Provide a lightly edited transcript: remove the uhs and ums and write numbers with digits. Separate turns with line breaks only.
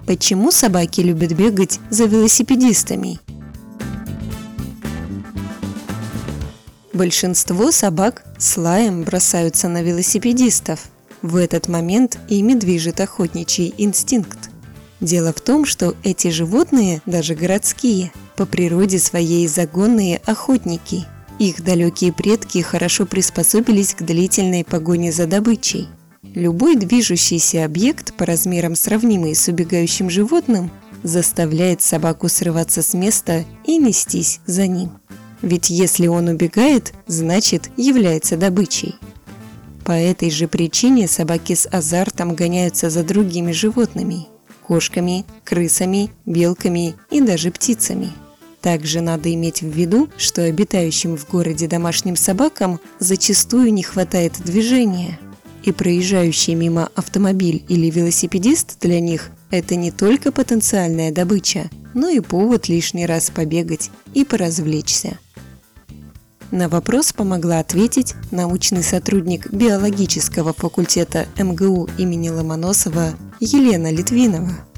Почему собаки любят бегать за велосипедистами? Большинство собак с лаем бросаются на велосипедистов. В этот момент ими движет охотничий инстинкт. Дело в том, что эти животные, даже городские, по природе своей загонные охотники. Их далекие предки хорошо приспособились к длительной погоне за добычей. Любой движущийся объект, по размерам сравнимый с убегающим животным, заставляет собаку срываться с места и нестись за ним. Ведь если он убегает, значит, является добычей. По этой же причине собаки с азартом гоняются за другими животными – кошками, крысами, белками и даже птицами. Также надо иметь в виду, что обитающим в городе домашним собакам зачастую не хватает движения. И проезжающий мимо автомобиль или велосипедист для них – это не только потенциальная добыча, но и повод лишний раз побегать и поразвлечься. На вопрос помогла ответить научный сотрудник биологического факультета МГУ имени Ломоносова Елена Литвинова.